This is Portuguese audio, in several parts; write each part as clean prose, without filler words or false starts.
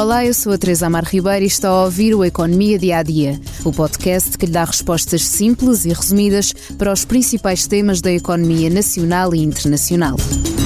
Olá, eu sou a Teresa Amar Ribeiro e está a ouvir o Economia Dia a Dia, o podcast que lhe dá respostas simples e resumidas para os principais temas da economia nacional e internacional.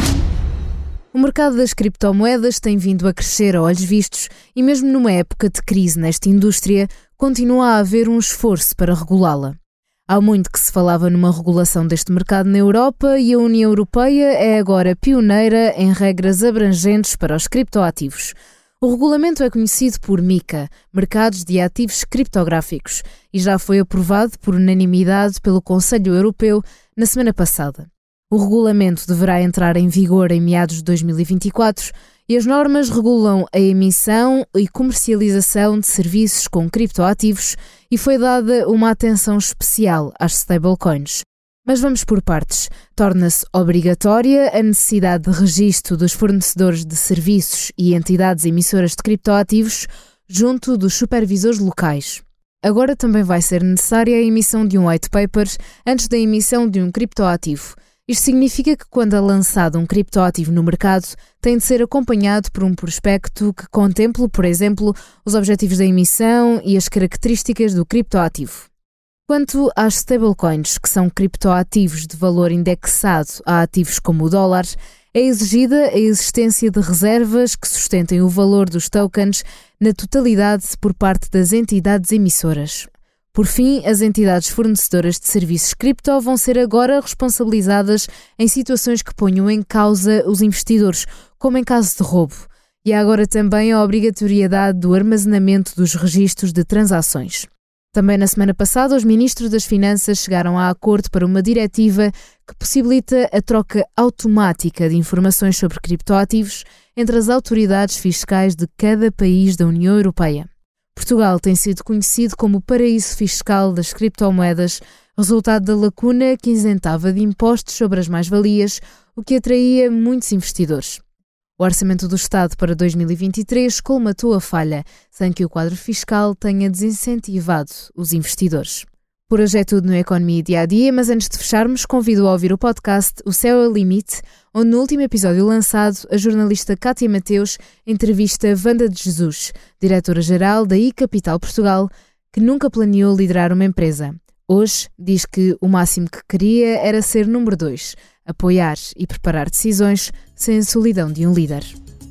O mercado das criptomoedas tem vindo a crescer a olhos vistos e mesmo numa época de crise nesta indústria, continua a haver um esforço para regulá-la. Há muito que se falava numa regulação deste mercado na Europa e a União Europeia é agora pioneira em regras abrangentes para os criptoativos. O regulamento é conhecido por MiCA, Mercados de Ativos Criptográficos, e já foi aprovado por unanimidade pelo Conselho Europeu na semana passada. O regulamento deverá entrar em vigor em meados de 2024 e as normas regulam a emissão e comercialização de serviços com criptoativos e foi dada uma atenção especial às stablecoins. Mas vamos por partes. Torna-se obrigatória a necessidade de registro dos fornecedores de serviços e entidades emissoras de criptoativos junto dos supervisores locais. Agora também vai ser necessária a emissão de um white paper antes da emissão de um criptoativo. Isto significa que quando é lançado um criptoativo no mercado, tem de ser acompanhado por um prospecto que contemple, por exemplo, os objetivos da emissão e as características do criptoativo. Quanto às stablecoins, que são criptoativos de valor indexado a ativos como o dólar, é exigida a existência de reservas que sustentem o valor dos tokens na totalidade por parte das entidades emissoras. Por fim, as entidades fornecedoras de serviços cripto vão ser agora responsabilizadas em situações que ponham em causa os investidores, como em caso de roubo. E há agora também a obrigatoriedade do armazenamento dos registros de transações. Também na semana passada, os ministros das Finanças chegaram a acordo para uma diretiva que possibilita a troca automática de informações sobre criptoativos entre as autoridades fiscais de cada país da União Europeia. Portugal tem sido conhecido como o paraíso fiscal das criptomoedas, resultado da lacuna que isentava de impostos sobre as mais-valias, o que atraía muitos investidores. O Orçamento do Estado para 2023 colmatou a falha, sem que o quadro fiscal tenha desincentivado os investidores. Por hoje é tudo no Economia Dia a Dia, mas antes de fecharmos, convido a ouvir o podcast O Céu é o Limite, onde no último episódio lançado, a jornalista Cátia Mateus entrevista Wanda de Jesus, diretora-geral da iCapital Portugal, que nunca planeou liderar uma empresa. Hoje diz que o máximo que queria era ser número 2, apoiar e preparar decisões sem a solidão de um líder.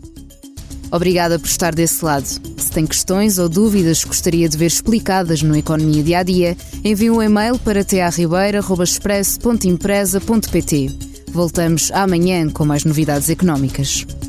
Obrigada por estar desse lado. Se tem questões ou dúvidas que gostaria de ver explicadas no Economia Dia a Dia, envie um e-mail para tearibeiro@expresso.empresa.pt. Voltamos amanhã com mais novidades económicas.